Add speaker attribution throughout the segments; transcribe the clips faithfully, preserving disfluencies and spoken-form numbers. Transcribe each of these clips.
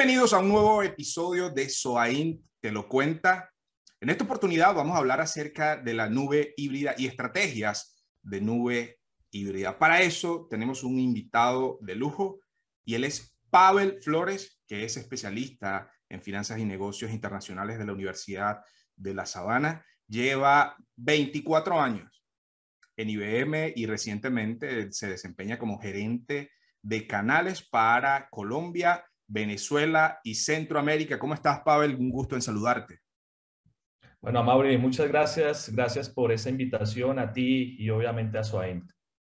Speaker 1: Bienvenidos a un nuevo episodio de Soain Te Lo Cuenta. En esta oportunidad vamos a hablar acerca de la nube híbrida y estrategias de nube híbrida. Para eso tenemos un invitado de lujo y él es Pavel Flores, que es especialista en finanzas y negocios internacionales de la Universidad de La Sabana. Lleva veinticuatro años en I B M y recientemente se desempeña como gerente de canales para Colombia, Venezuela y Centroamérica. ¿Cómo estás, Pavel? Un gusto en saludarte.
Speaker 2: Bueno, Amaury, muchas gracias. Gracias por esa invitación a ti y obviamente a Soain.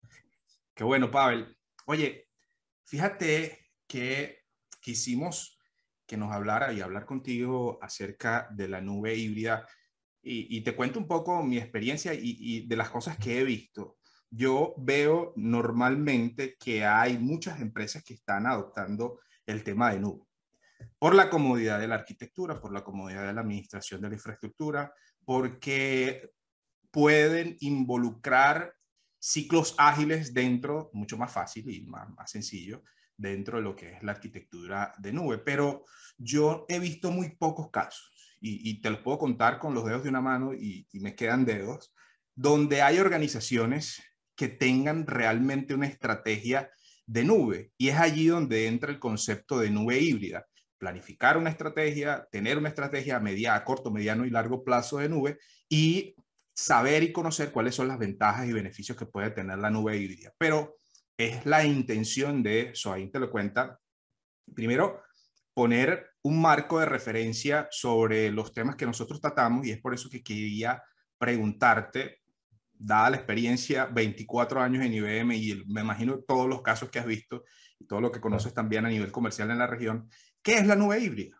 Speaker 1: Qué bueno, Pavel. Oye, fíjate que quisimos que nos hablara y hablar contigo acerca de la nube híbrida y, y te cuento un poco mi experiencia y, y de las cosas que he visto. Yo veo normalmente que hay muchas empresas que están adoptando el tema de nube por la comodidad de la arquitectura, por la comodidad de la administración de la infraestructura, porque pueden involucrar ciclos ágiles dentro, mucho más fácil y más, más sencillo, dentro de lo que es la arquitectura de nube. Pero yo he visto muy pocos casos, y, y te los puedo contar con los dedos de una mano y, y me quedan dedos, donde hay organizaciones que tengan realmente una estrategia de nube. Y es allí donde entra el concepto de nube híbrida. Planificar una estrategia, tener una estrategia a, media, a corto, mediano y largo plazo de nube y saber y conocer cuáles son las ventajas y beneficios que puede tener la nube híbrida. Pero es la intención de Soain Te Lo Cuenta, primero, poner un marco de referencia sobre los temas que nosotros tratamos, y es por eso que quería preguntarte, dada la experiencia, veinticuatro años en I B M y el, me imagino todos los casos que has visto y todo lo que conoces también a nivel comercial en la región, ¿qué es la nube híbrida?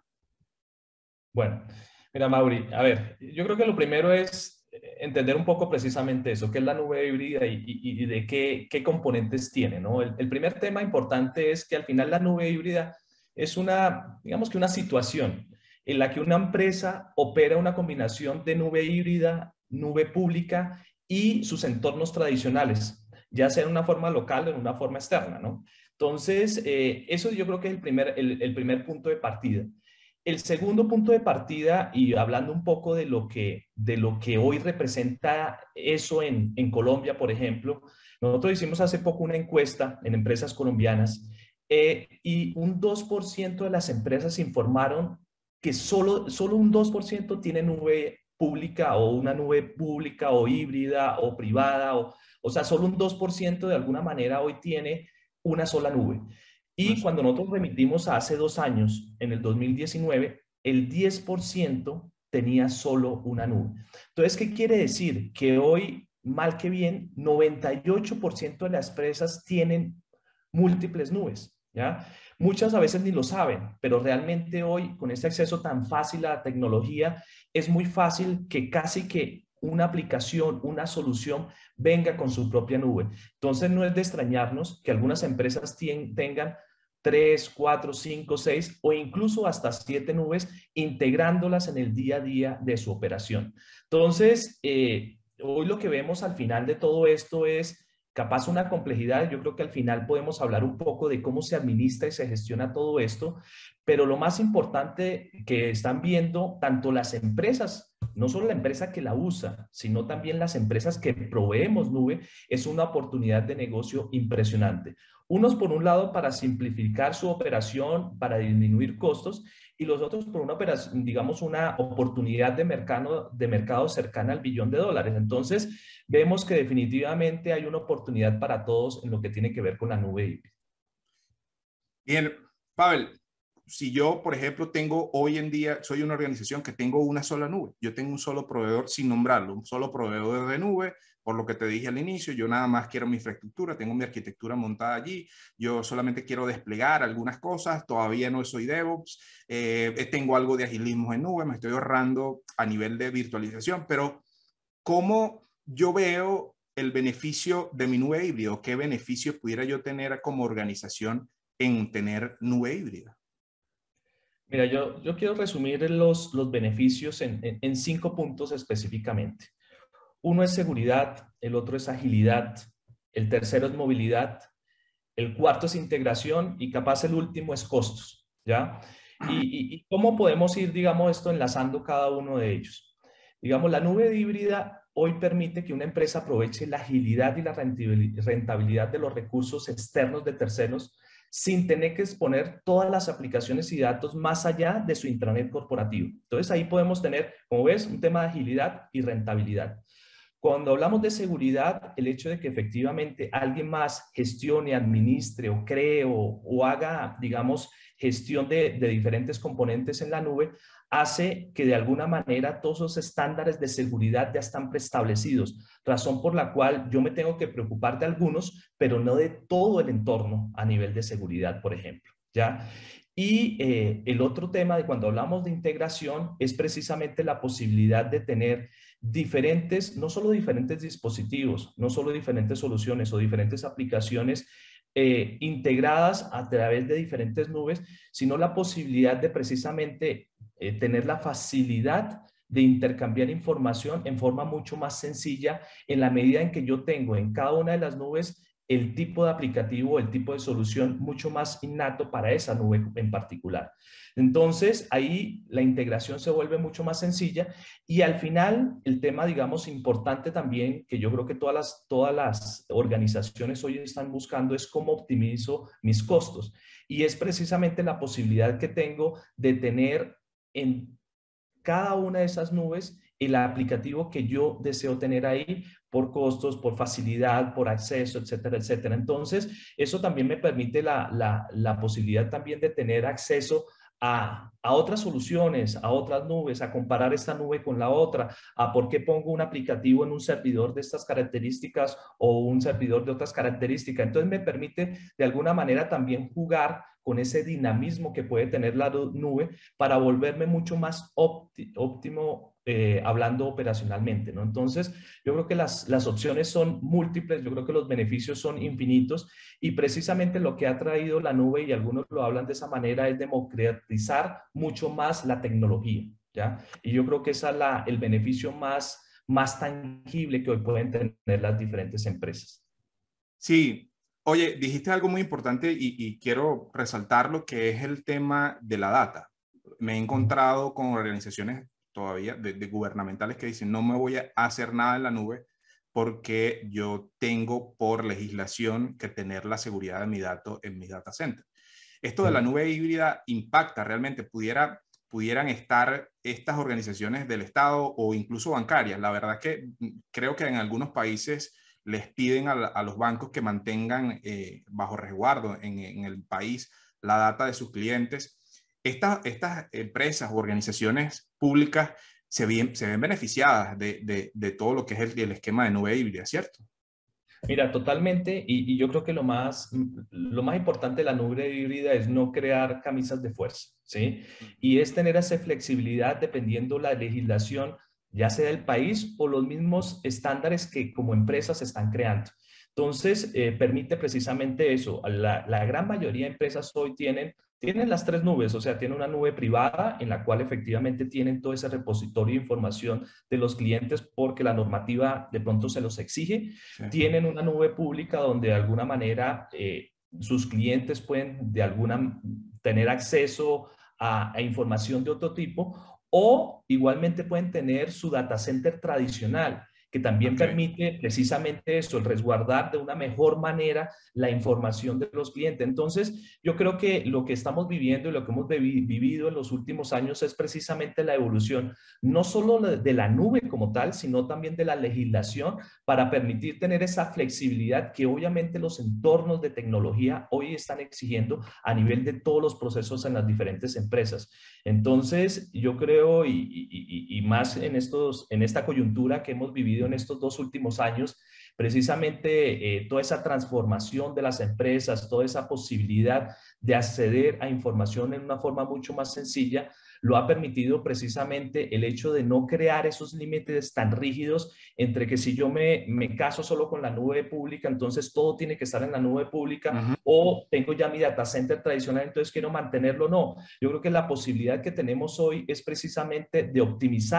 Speaker 2: Bueno, mira, Mauri, a ver, yo creo que lo primero es entender un poco precisamente eso, qué es la nube híbrida y, y, y de qué, qué componentes tiene, ¿no? El, el primer tema importante es que al final la nube híbrida es una, digamos que una situación en la que una empresa opera una combinación de nube híbrida, nube pública y sus entornos tradicionales, ya sea en una forma local o en una forma externa, ¿no? Entonces, eh, eso yo creo que es el primer, el, el primer punto de partida. El segundo punto de partida, y hablando un poco de lo que, de lo que hoy representa eso en, en Colombia, por ejemplo, nosotros hicimos hace poco una encuesta en empresas colombianas eh, y un dos por ciento de las empresas informaron que solo, solo un dos por ciento tiene nube pública o una nube pública o híbrida o privada, o, o sea, solo un dos por ciento de alguna manera hoy tiene una sola nube. Y cuando nosotros remitimos a hace dos años, en el dos mil diecinueve, el diez por ciento tenía solo una nube. Entonces, ¿qué quiere decir? Que hoy, mal que bien, noventa y ocho por ciento de las empresas tienen múltiples nubes, ¿ya? Muchas a veces ni lo saben, pero realmente hoy, con este acceso tan fácil a la tecnología, es muy fácil que casi que una aplicación, una solución, venga con su propia nube. Entonces, no es de extrañarnos que algunas empresas tengan tres, cuatro, cinco, seis o incluso hasta siete nubes integrándolas en el día a día de su operación. Entonces, eh, hoy lo que vemos al final de todo esto es capaz una complejidad. Yo creo que al final podemos hablar un poco de cómo se administra y se gestiona todo esto, pero lo más importante que están viendo tanto las empresas, no solo la empresa que la usa, sino también las empresas que proveemos nube, es una oportunidad de negocio impresionante. Unos por un lado para simplificar su operación, para disminuir costos, y los otros por una operación, digamos, una oportunidad de mercado, de mercado cercana al billón de dólares. Entonces, vemos que definitivamente hay una oportunidad para todos en lo que tiene que ver con la nube híbrida.
Speaker 1: Bien, Pavel, si yo, por ejemplo, tengo hoy en día, soy una organización que tengo una sola nube, yo tengo un solo proveedor sin nombrarlo, un solo proveedor de nube, por lo que te dije al inicio, yo nada más quiero mi infraestructura, tengo mi arquitectura montada allí, yo solamente quiero desplegar algunas cosas, todavía no soy DevOps, eh, tengo algo de agilismo en nube, me estoy ahorrando a nivel de virtualización, pero ¿cómo yo veo el beneficio de mi nube híbrida? ¿Qué beneficio pudiera yo tener como organización en tener nube híbrida?
Speaker 2: Mira, yo, yo quiero resumir los, los beneficios en, en, en cinco puntos específicamente. Uno es seguridad, el otro es agilidad, el tercero es movilidad, el cuarto es integración y capaz el último es costos, ¿ya? ¿Y, y, y cómo podemos ir, digamos, esto enlazando cada uno de ellos? Digamos, la nube híbrida hoy permite que una empresa aproveche la agilidad y la rentabilidad de los recursos externos de terceros sin tener que exponer todas las aplicaciones y datos más allá de su intranet corporativo. Entonces ahí podemos tener, como ves, un tema de agilidad y rentabilidad. Cuando hablamos de seguridad, el hecho de que efectivamente alguien más gestione, administre o cree o, o haga, digamos, gestión de, de diferentes componentes en la nube, hace que de alguna manera todos esos estándares de seguridad ya están preestablecidos, razón por la cual yo me tengo que preocupar de algunos, pero no de todo el entorno a nivel de seguridad, por ejemplo, ¿ya? Y eh, el otro tema de cuando hablamos de integración es precisamente la posibilidad de tener diferentes, no solo diferentes dispositivos, no solo diferentes soluciones o diferentes aplicaciones eh, integradas a través de diferentes nubes, sino la posibilidad de precisamente eh, tener la facilidad de intercambiar información en forma mucho más sencilla en la medida en que yo tengo en cada una de las nubes el tipo de aplicativo, el tipo de solución mucho más innato para esa nube en particular. Entonces, ahí la integración se vuelve mucho más sencilla y al final el tema, digamos, importante también, que yo creo que todas las, todas las organizaciones hoy están buscando es cómo optimizo mis costos. Y es precisamente la posibilidad que tengo de tener en cada una de esas nubes el aplicativo que yo deseo tener ahí por costos, por facilidad, por acceso, etcétera, etcétera. Entonces, eso también me permite la, la, la posibilidad también de tener acceso a, a otras soluciones, a otras nubes, a comparar esta nube con la otra, a por qué pongo un aplicativo en un servidor de estas características o un servidor de otras características. Entonces, me permite de alguna manera también jugar con ese dinamismo que puede tener la nube para volverme mucho más óptimo eh, hablando operacionalmente, ¿no? Entonces, yo creo que las, las opciones son múltiples, yo creo que los beneficios son infinitos y precisamente lo que ha traído la nube, y algunos lo hablan de esa manera, es democratizar mucho más la tecnología, ¿ya? Y yo creo que ese es la, el beneficio más, más tangible que hoy pueden tener las diferentes empresas.
Speaker 1: Sí, oye, dijiste algo muy importante y, y quiero resaltarlo, que es el tema de la data. Me he encontrado con organizaciones todavía de, de gubernamentales que dicen no me voy a hacer nada en la nube porque yo tengo por legislación que tener la seguridad de mi dato en mi data center. Esto de la nube híbrida impacta realmente, pudiera, pudieran estar estas organizaciones del Estado o incluso bancarias. La verdad que creo que en algunos países les piden a, a los bancos que mantengan eh, bajo resguardo en, en el país la data de sus clientes. Estas, estas empresas o organizaciones públicas se ven, se ven beneficiadas de, de, de todo lo que es el, el esquema de nube híbrida, ¿cierto?
Speaker 2: Mira, totalmente, y, y yo creo que lo más, lo más importante de la nube híbrida es no crear camisas de fuerza, ¿sí? Y es tener esa flexibilidad dependiendo la legislación, ya sea del país o los mismos estándares que como empresas están creando. Entonces, eh, permite precisamente eso. La, la gran mayoría de empresas hoy tienen tienen las tres nubes, o sea, tienen una nube privada en la cual efectivamente tienen todo ese repositorio de información de los clientes porque la normativa de pronto se los exige.
Speaker 1: Sí.
Speaker 2: Tienen una nube pública donde de alguna manera eh, sus clientes pueden de alguna tener acceso a, a información de otro tipo o igualmente pueden tener su data center tradicional que también
Speaker 1: Okay.
Speaker 2: permite precisamente eso, el resguardar de una mejor manera la información de los clientes. Entonces, yo creo que lo que estamos viviendo y lo que hemos vivido en los últimos años es precisamente la evolución, no solo de la nube como tal, sino también de la legislación para permitir tener esa flexibilidad que obviamente los entornos de tecnología hoy están exigiendo a nivel de todos los procesos en las diferentes empresas. Entonces, yo creo, y, y, y más en, estos, en esta coyuntura que hemos vivido en estos dos últimos años, precisamente eh, toda esa transformación de las empresas, toda esa posibilidad de acceder a información en una forma mucho más sencilla, lo ha permitido precisamente el hecho de no crear esos límites tan rígidos entre que si yo me, me caso solo con la nube pública, entonces todo tiene que estar en la nube pública, uh-huh. o tengo ya mi data center tradicional, entonces quiero mantenerlo. No, yo creo que la posibilidad que tenemos hoy es precisamente de optimizar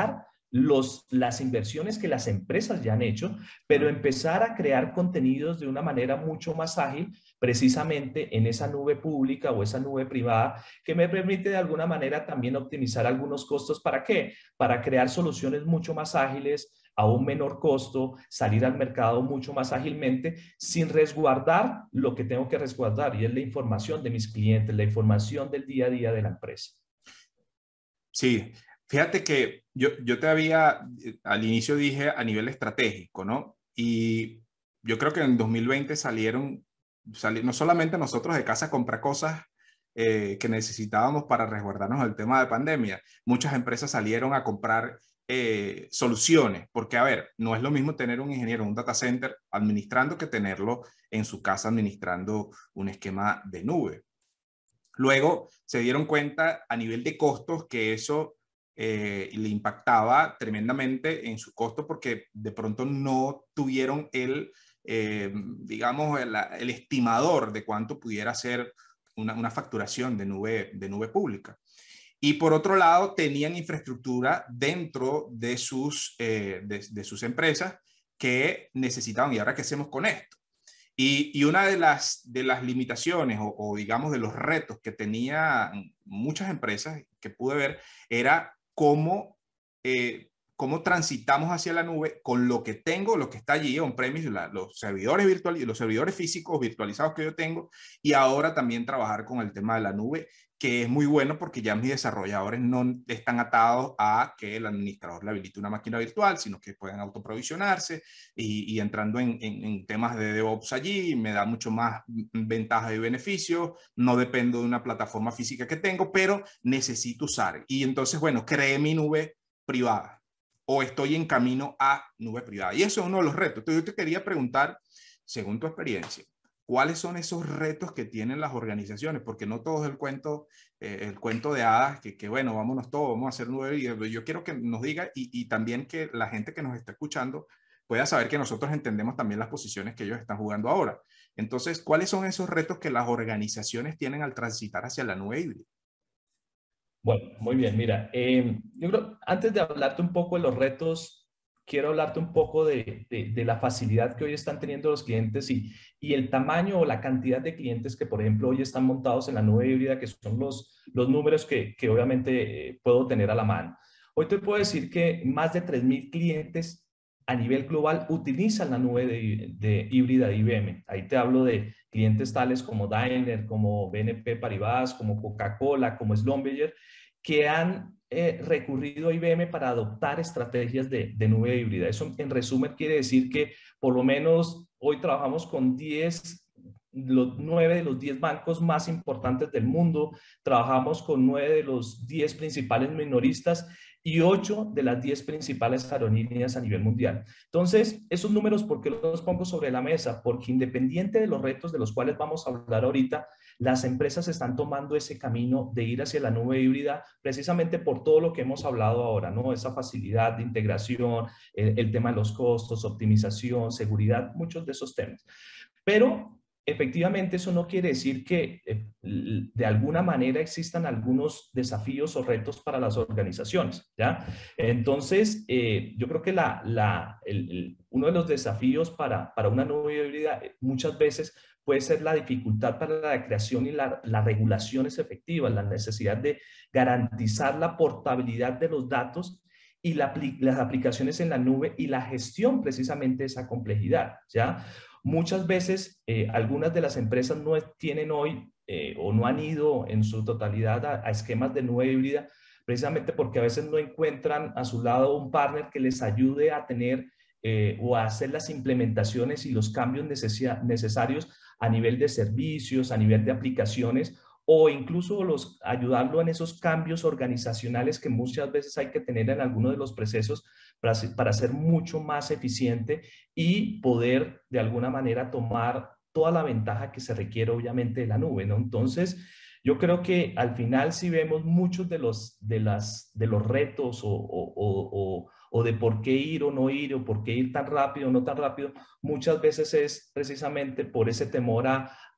Speaker 2: los, las inversiones que las empresas ya han hecho, pero empezar a crear contenidos de una manera mucho más ágil, precisamente en esa nube pública o esa nube privada, que me permite de alguna manera también optimizar algunos costos. ¿Para qué? Para crear soluciones mucho más ágiles, a un menor costo, salir al mercado mucho más ágilmente, sin resguardar lo que tengo que resguardar, y es la información de mis clientes, la información del día a día de la empresa.
Speaker 1: Sí, fíjate que yo, yo te había, al inicio dije a nivel estratégico, ¿no? Y yo creo que en dos mil veinte salieron, sali, no solamente nosotros de casa a comprar cosas eh, que necesitábamos para resguardarnos del tema de pandemia, muchas empresas salieron a comprar eh, soluciones, porque a ver, no es lo mismo tener un ingeniero en un data center administrando que tenerlo en su casa administrando un esquema de nube. Luego se dieron cuenta a nivel de costos que eso eh, le impactaba tremendamente en su costo porque de pronto no tuvieron el, eh, digamos, el, el estimador de cuánto pudiera ser una, una facturación de nube, de nube pública. Y por otro lado, tenían infraestructura dentro de sus, eh, de, de sus empresas que necesitaban. ¿Y ahora qué hacemos con esto? Y, y una de las, de las limitaciones o, o, digamos, de los retos que tenían muchas empresas que pude ver era cómo, eh, cómo transitamos hacia la nube con lo que tengo, lo que está allí on-premise, los servidores virtuales, los servidores físicos virtualizados que yo tengo, y ahora también trabajar con el tema de la nube, que es muy bueno porque ya mis desarrolladores no están atados a que el administrador le habilite una máquina virtual, sino que pueden autoprovisionarse y, y entrando en, en, en temas de DevOps allí, me da mucho más ventaja y beneficio, no dependo de una plataforma física que tengo, pero necesito usar. Y entonces, bueno, creé mi nube privada o estoy en camino a nube privada. Y eso es uno de los retos. Entonces yo te quería preguntar, según tu experiencia, ¿cuáles son esos retos que tienen las organizaciones? Porque no todo es el cuento, eh, el cuento de hadas, que, que bueno, vámonos todos, vamos a hacer nube. Y yo quiero que nos diga y, y también que la gente que nos está escuchando pueda saber que nosotros entendemos también las posiciones que ellos están jugando ahora. Entonces, ¿cuáles son esos retos que las organizaciones tienen al transitar hacia la nube híbrida?
Speaker 2: Bueno, muy bien, mira, eh, yo creo, antes de hablarte un poco de los retos, quiero hablarte un poco de, de, de la facilidad que hoy están teniendo los clientes y, y el tamaño o la cantidad de clientes que, por ejemplo, hoy están montados en la nube híbrida, que son los, los números que, que obviamente eh, puedo tener a la mano. Hoy te puedo decir que más de tres mil clientes a nivel global utilizan la nube de, de híbrida de I B M. Ahí te hablo de clientes tales como Daimler, como B N P Paribas, como Coca-Cola, como Schlumberger, que han eh, recurrido a I B M para adoptar estrategias de, de nube híbrida. Eso, en resumen, quiere decir que por lo menos hoy trabajamos con diez, los nueve de los diez bancos más importantes del mundo, trabajamos con nueve de los diez principales minoristas y ocho de las diez principales aerolíneas a nivel mundial. Entonces, esos números, ¿por qué los pongo sobre la mesa? Porque independiente de los retos de los cuales vamos a hablar ahorita, las empresas están tomando ese camino de ir hacia la nube híbrida precisamente por todo lo que hemos hablado ahora, ¿no? Esa facilidad de integración, el, el tema de los costos, optimización, seguridad, muchos de esos temas. Pero efectivamente, eso no quiere decir que eh, de alguna manera existan algunos desafíos o retos para las organizaciones, ¿ya? Entonces, eh, yo creo que la, la, el, el, uno de los desafíos para, para una nube híbrida muchas veces puede ser la dificultad para la creación y la, las regulaciones efectivas, la necesidad de garantizar la portabilidad de los datos y la, las aplicaciones en la nube y la gestión precisamente de esa complejidad, ¿ya? Muchas veces, eh, algunas de las empresas no tienen hoy eh, o no han ido en su totalidad a, a esquemas de nube híbrida, precisamente porque a veces no encuentran a su lado un partner que les ayude a tener eh, o a hacer las implementaciones y los cambios necesarios a nivel de servicios, a nivel de aplicaciones, o incluso los, ayudarlo en esos cambios organizacionales que muchas veces hay que tener en algunos de los procesos para, para ser mucho más eficiente y poder de alguna manera tomar toda la ventaja que se requiere obviamente de la nube, ¿no? Entonces, yo creo que al final si vemos muchos de los, de las, de los retos o, o, o, o de por qué ir o no ir o por qué ir tan rápido o no tan rápido, muchas veces es precisamente por ese temor a,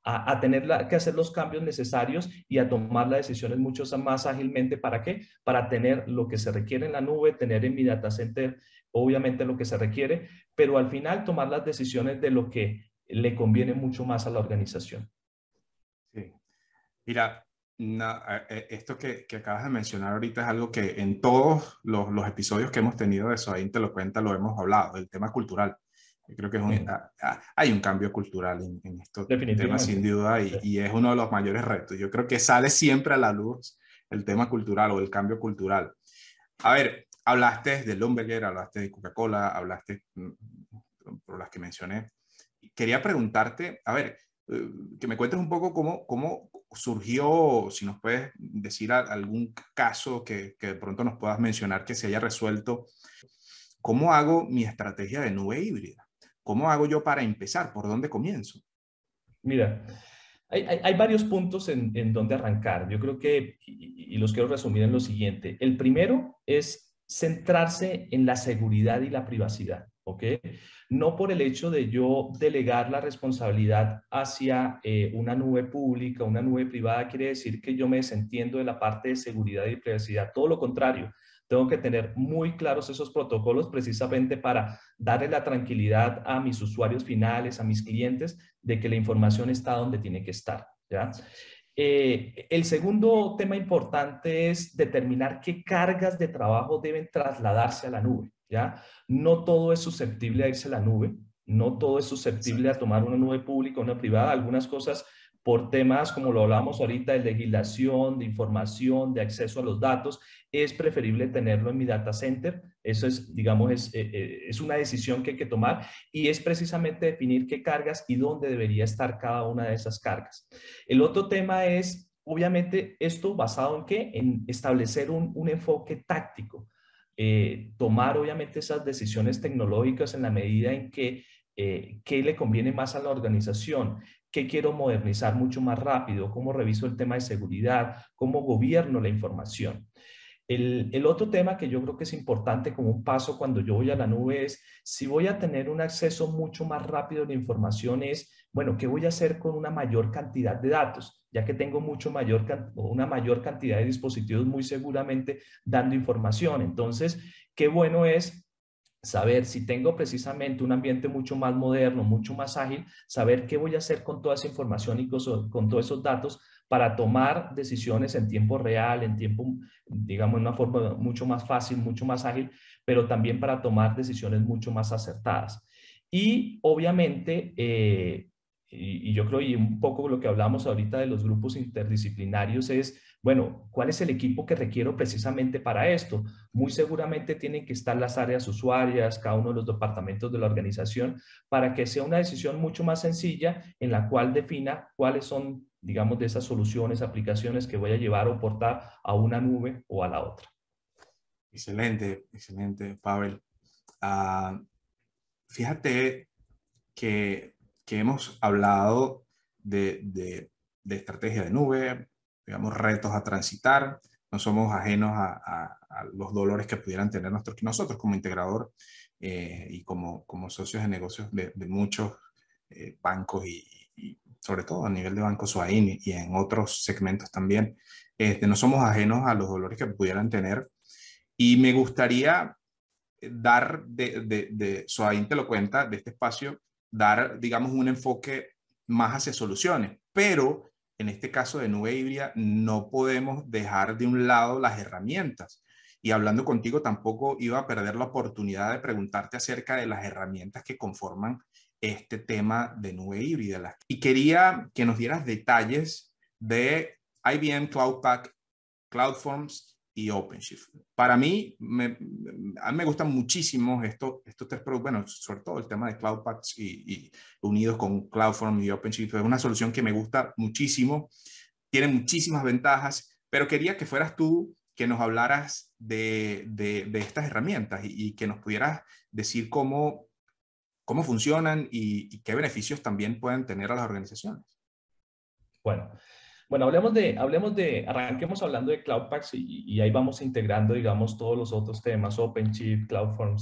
Speaker 2: a, a tener la, que hacer los cambios necesarios y a tomar las decisiones mucho más ágilmente. ¿Para qué? Para tener lo que se requiere en la nube, tener en mi data center obviamente lo que se requiere, pero al final tomar las decisiones de lo que le conviene mucho más a la organización.
Speaker 1: Sí. Mira, no, eh, esto que, que acabas de mencionar ahorita es algo que en todos los, los episodios que hemos tenido de Soaín Te Lo Cuenta lo hemos hablado, el tema cultural. Yo creo que es un,
Speaker 2: Mm,
Speaker 1: a, a, hay un cambio cultural en, en estos temas sin
Speaker 2: definitivamente.
Speaker 1: duda y,
Speaker 2: Sí.
Speaker 1: y es uno de los mayores retos. Yo creo que sale siempre a la luz el tema cultural o el cambio cultural. A ver, hablaste de Lumberger, hablaste de Coca-Cola, hablaste mm, por las que mencioné. Quería preguntarte, a ver, eh, que me cuentes un poco cómo, cómo surgió, si nos puedes decir algún caso que, que de pronto nos puedas mencionar que se haya resuelto. ¿Cómo hago mi estrategia de nube híbrida? ¿Cómo hago yo para empezar? ¿Por dónde comienzo?
Speaker 2: Mira, hay, hay, hay varios puntos en, en donde arrancar. Yo creo que, y, y los quiero resumir en lo siguiente. El primero es centrarse en la seguridad y la privacidad, ¿ok? No por el hecho de yo delegar la responsabilidad hacia eh, una nube pública, una nube privada, quiere decir que yo me desentiendo de la parte de seguridad y privacidad. Todo lo contrario. Tengo que tener muy claros esos protocolos precisamente para darle la tranquilidad a mis usuarios finales, a mis clientes, de que la información está donde tiene que estar, ¿ya? Eh, el segundo tema importante es determinar qué cargas de trabajo deben trasladarse a la nube, ¿ya? No todo es susceptible a irse a la nube, no todo es susceptible a
Speaker 1: Exacto.
Speaker 2: tomar una nube pública o una privada. Algunas cosas por temas, como lo hablábamos ahorita, de legislación, de información, de acceso a los datos, es preferible tenerlo en mi data center. Eso es, digamos, es, eh, es una decisión que hay que tomar y es precisamente definir qué cargas y dónde debería estar cada una de esas cargas. El otro tema es, obviamente, esto basado en qué? En establecer un, un enfoque táctico. Eh, tomar, obviamente, esas decisiones tecnológicas en la medida en que eh, qué le conviene más a la organización, qué quiero modernizar mucho más rápido, cómo reviso el tema de seguridad, cómo gobierno la información. El, el, otro tema que yo creo que es importante como un paso cuando yo voy a la nube es, si voy a tener un acceso mucho más rápido a la información es, bueno, ¿qué voy a hacer con una mayor cantidad de datos? Ya que tengo mucho mayor, una mayor cantidad de dispositivos muy seguramente dando información. Entonces, qué bueno es saber si tengo precisamente un ambiente mucho más moderno, mucho más ágil, saber qué voy a hacer con toda esa información y con, con todos esos datos para tomar decisiones en tiempo real, en tiempo, digamos, de una forma mucho más fácil, mucho más ágil, pero también para tomar decisiones mucho más acertadas. Y obviamente, eh, y, y yo creo, y un poco lo que hablamos ahorita de los grupos interdisciplinarios es, bueno, ¿cuál es el equipo que requiero precisamente para esto? Muy seguramente tienen que estar las áreas usuarias, cada uno de los departamentos de la organización, para que sea una decisión mucho más sencilla en la cual defina cuáles son, digamos, de esas soluciones, aplicaciones que voy a llevar o portar a una nube o a la otra.
Speaker 1: Excelente, excelente, Pavel. Uh, fíjate que, que hemos hablado de, de, de estrategia de nube, digamos, retos a transitar. No somos ajenos a, a, a los dolores que pudieran tener nosotros, nosotros como integrador eh, y como, como socios de negocios de, de muchos eh, bancos y, y sobre todo a nivel de Banco Soaín y en otros segmentos también. Este, no somos ajenos a los dolores que pudieran tener. Y me gustaría dar, de, de, de Soaín Te Lo Cuenta, de este espacio, dar, digamos, un enfoque más hacia soluciones. Pero en este caso de nube híbrida, no podemos dejar de un lado las herramientas. Y hablando contigo, tampoco iba a perder la oportunidad de preguntarte acerca de las herramientas que conforman este tema de nube híbrida. Y quería que nos dieras detalles de I B M Cloud Pak, CloudForms y OpenShift. Para mí, me, a mí me gustan muchísimo estos, estos tres productos, bueno, sobre todo el tema de Cloud Paks y, y unidos con CloudForms y OpenShift. Es una solución que me gusta muchísimo, tiene muchísimas ventajas, pero quería que fueras tú que nos hablaras de, de, de estas herramientas y, y que nos pudieras decir cómo, cómo funcionan y, y qué beneficios también pueden tener a las organizaciones.
Speaker 2: Bueno, Bueno, hablemos de, hablemos de, arranquemos hablando de Cloud Paks y, y ahí vamos integrando, digamos, todos los otros temas, OpenShift, CloudForms,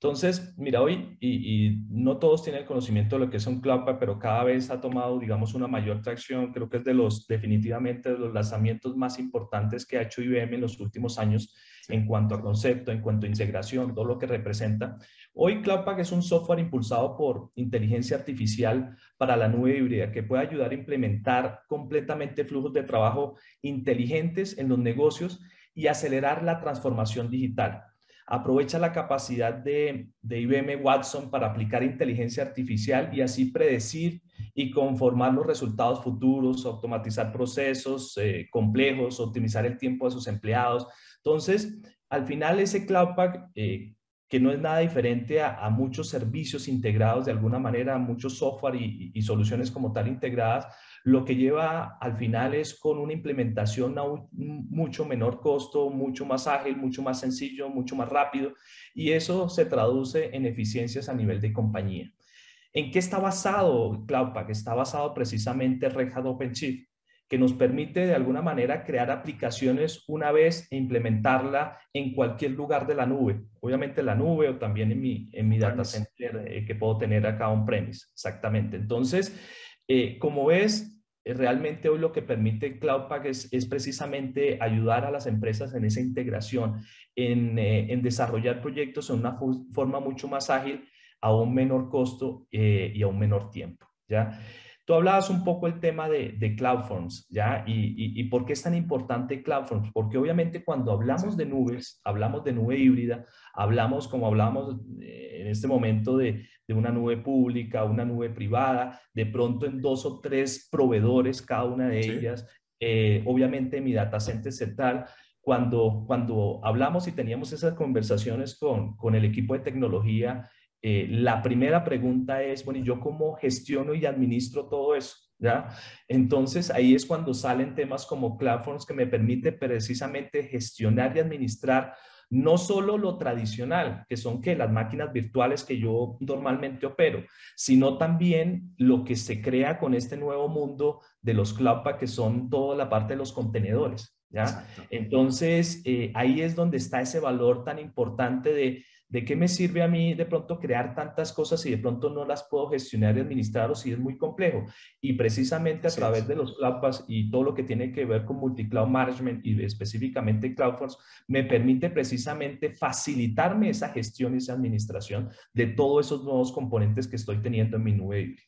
Speaker 2: Entonces, mira, hoy, y, y no todos tienen conocimiento de lo que es un Cloudpack, pero cada vez ha tomado, digamos, una mayor tracción. Creo que es de los, definitivamente, de los lanzamientos más importantes que ha hecho I B M en los últimos años
Speaker 1: Sí,
Speaker 2: en cuanto a concepto, en cuanto a
Speaker 1: sí,
Speaker 2: integración, todo lo que representa. Hoy Cloudpack es un software impulsado por inteligencia artificial para la nube híbrida que puede ayudar a implementar completamente flujos de trabajo inteligentes en los negocios y acelerar la transformación digital. Aprovecha la capacidad de, de I B M Watson para aplicar inteligencia artificial y así predecir y conformar los resultados futuros, automatizar procesos eh, complejos, optimizar el tiempo de sus empleados. Entonces, al final ese Cloudpack, eh, que no es nada diferente a, a, muchos servicios integrados de alguna manera, a muchos software y, y soluciones como tal integradas, lo que lleva al final es con una implementación a un mucho menor costo, mucho más ágil, mucho más sencillo, mucho más rápido, y eso se traduce en eficiencias a nivel de compañía. ¿En qué está basado Cloudpack? Está basado precisamente en Red Hat OpenShift, que nos permite de alguna manera crear aplicaciones una vez e implementarla en cualquier lugar de la nube. Obviamente en la nube o también en mi, en mi data
Speaker 1: on-premise.
Speaker 2: center eh, que puedo tener acá on-premise. Exactamente. Entonces, eh, como ves, eh, realmente hoy lo que permite Cloudpack es, es precisamente ayudar a las empresas en esa integración, en, eh, en desarrollar proyectos en una forma mucho más ágil, a un menor costo eh, y a un menor tiempo, ¿ya? Tú hablabas un poco el tema de, de CloudForms, ¿ya? Y, y, ¿Y por qué es tan importante CloudForms? Porque obviamente cuando
Speaker 1: Sí,
Speaker 2: hablamos de nubes, hablamos de nube híbrida, hablamos, como hablamos en este momento, de, de una nube pública, una nube privada, de pronto en dos o tres proveedores, cada una de
Speaker 1: sí,
Speaker 2: ellas, eh, obviamente mi data center central. Cuando, cuando hablamos y teníamos esas conversaciones con, con el equipo de tecnología, eh, la primera pregunta es, bueno, ¿y yo cómo gestiono y administro todo eso? ¿Ya? Entonces ahí es cuando salen temas como CloudForms que me permite precisamente gestionar y administrar no solo lo tradicional, que son que las máquinas virtuales que yo normalmente opero, sino también lo que se crea con este nuevo mundo de los Cloudpack, que son toda la parte de los contenedores. ¿Ya?
Speaker 1: exacto.
Speaker 2: Entonces, eh, ahí es donde está ese valor tan importante de ¿de qué me sirve a mí de pronto crear tantas cosas si de pronto no las puedo gestionar y administrar o si es muy complejo? Y precisamente a
Speaker 1: Así
Speaker 2: través
Speaker 1: es.
Speaker 2: de los CloudPass y todo lo que tiene que ver con multi-cloud management y específicamente CloudForce, me permite precisamente facilitarme esa gestión y esa administración de todos esos nuevos componentes que estoy teniendo en mi nube híbrida.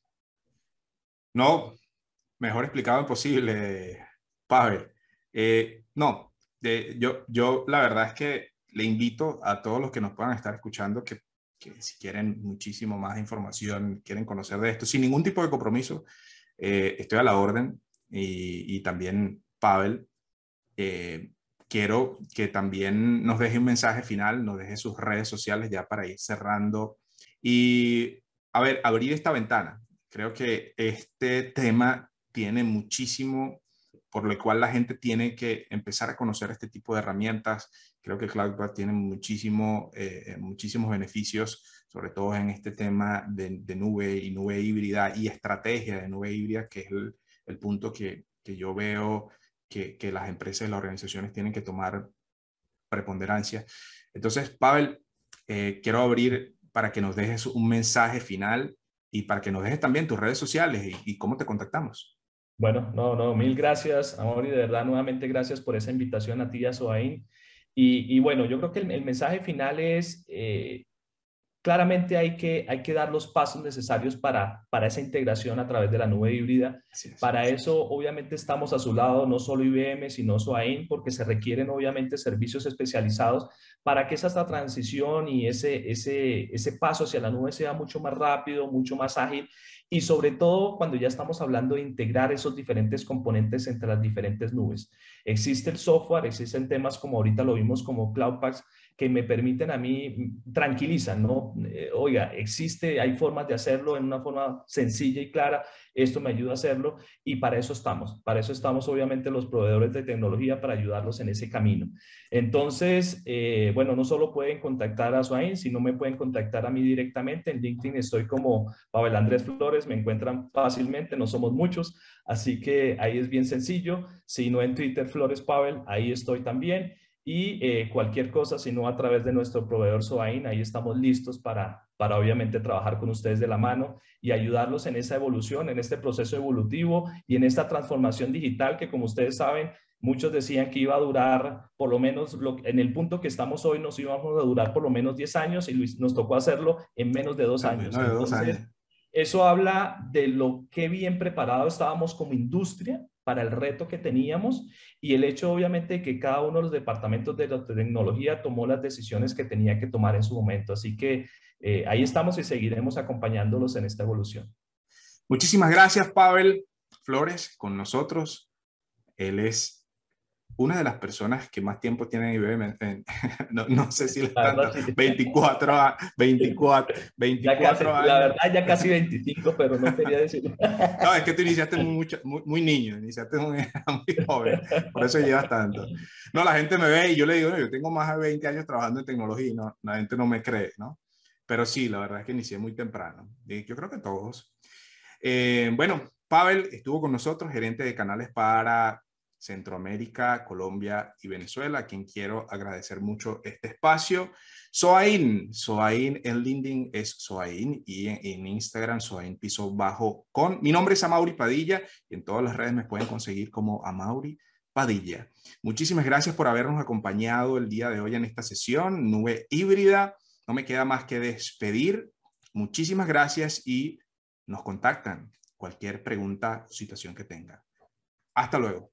Speaker 1: No, mejor explicado imposible, Pavel. Eh, no, de, yo, yo la verdad es que le invito a todos los que nos puedan estar escuchando que, que si quieren muchísimo más información, quieren conocer de esto, sin ningún tipo de compromiso, eh, estoy a la orden. Y, y también, Pavel, eh, quiero que también nos deje un mensaje final, nos deje sus redes sociales ya para ir cerrando. Y, a ver, abrir esta ventana. Creo que este tema tiene muchísimo por lo cual la gente tiene que empezar a conocer este tipo de herramientas. Creo que CloudPass tiene muchísimo, eh, muchísimos beneficios, sobre todo en este tema de, de nube y nube híbrida y estrategia de nube híbrida, que es el, el punto que, que yo veo que, que las empresas y las organizaciones tienen que tomar preponderancia. Entonces, Pavel, eh, quiero abrir para que nos dejes un mensaje final y para que nos dejes también tus redes sociales y, y cómo te contactamos.
Speaker 2: Bueno, no, no, mil gracias, Amor, y de verdad, nuevamente gracias por esa invitación a ti y a Soain. Y, y bueno, yo creo que el, el mensaje final es, eh, claramente hay que, hay que dar los pasos necesarios para, para esa integración a través de la nube híbrida.
Speaker 1: Así es.
Speaker 2: Para eso, obviamente, estamos a su lado, no solo I B M, sino Soain, porque se requieren, obviamente, servicios especializados para que esa transición y ese, ese, ese paso hacia la nube sea mucho más rápido, mucho más ágil y sobre todo cuando ya estamos hablando de integrar esos diferentes componentes entre las diferentes nubes. Existe el software, existen temas como ahorita lo vimos como Cloudpaks, que me permiten a mí, tranquilizan, ¿no? Eh, oiga, existe, hay formas de hacerlo en una forma sencilla y clara, esto me ayuda a hacerlo y para eso estamos, para eso estamos obviamente los proveedores de tecnología para ayudarlos en ese camino. Entonces, eh, bueno, no solo pueden contactar a Swain, sino me pueden contactar a mí directamente, en LinkedIn estoy como Pavel Andrés Flores, me encuentran fácilmente, no somos muchos, así que ahí es bien sencillo, si no en Twitter Flores Pavel, ahí estoy también. y eh, cualquier cosa, si no a través de nuestro proveedor Soain, ahí estamos listos para, para obviamente trabajar con ustedes de la mano y ayudarlos en esa evolución, en este proceso evolutivo y en esta transformación digital que, como ustedes saben, muchos decían que iba a durar por lo menos, lo, en el punto que estamos hoy, nos íbamos a durar por lo menos diez años y Luis, nos tocó hacerlo en menos de dos
Speaker 1: En
Speaker 2: años.
Speaker 1: menos de dos
Speaker 2: Entonces,
Speaker 1: años.
Speaker 2: eso habla de lo que bien preparados estábamos como industria para el reto que teníamos y el hecho obviamente que cada uno de los departamentos de la tecnología tomó las decisiones que tenía que tomar en su momento. Así que eh, ahí estamos y seguiremos acompañándolos en esta evolución.
Speaker 1: Muchísimas gracias, Pavel Flores, con nosotros. Él es una de las personas que más tiempo tiene en I B M. No, no sé si es tanto,
Speaker 2: Sí.
Speaker 1: veinticuatro, veinticuatro,
Speaker 2: Ya casi,
Speaker 1: veinticuatro
Speaker 2: la
Speaker 1: años.
Speaker 2: verdad ya casi veinticinco, pero no quería decirlo.
Speaker 1: No, es que tú iniciaste muy, muy, muy niño, iniciaste muy, muy joven, por eso llevas tanto. No, la gente me ve y yo le digo, no, yo tengo más de veinte años trabajando en tecnología y no, la gente no me cree, ¿no? Pero sí, la verdad es que inicié muy temprano. Y yo creo que todos. Eh, bueno, Pavel estuvo con nosotros, gerente de canales para Centroamérica, Colombia y Venezuela, a quien quiero agradecer mucho este espacio. Soain, Soain en LinkedIn es Soain y en, en Instagram Soain piso bajo con. Mi nombre es Amaury Padilla y en todas las redes me pueden conseguir como Amaury Padilla. Muchísimas gracias por habernos acompañado el día de hoy en esta sesión, Nube Híbrida. No me queda más que despedir. Muchísimas gracias y nos contactan cualquier pregunta o situación que tengan. Hasta luego.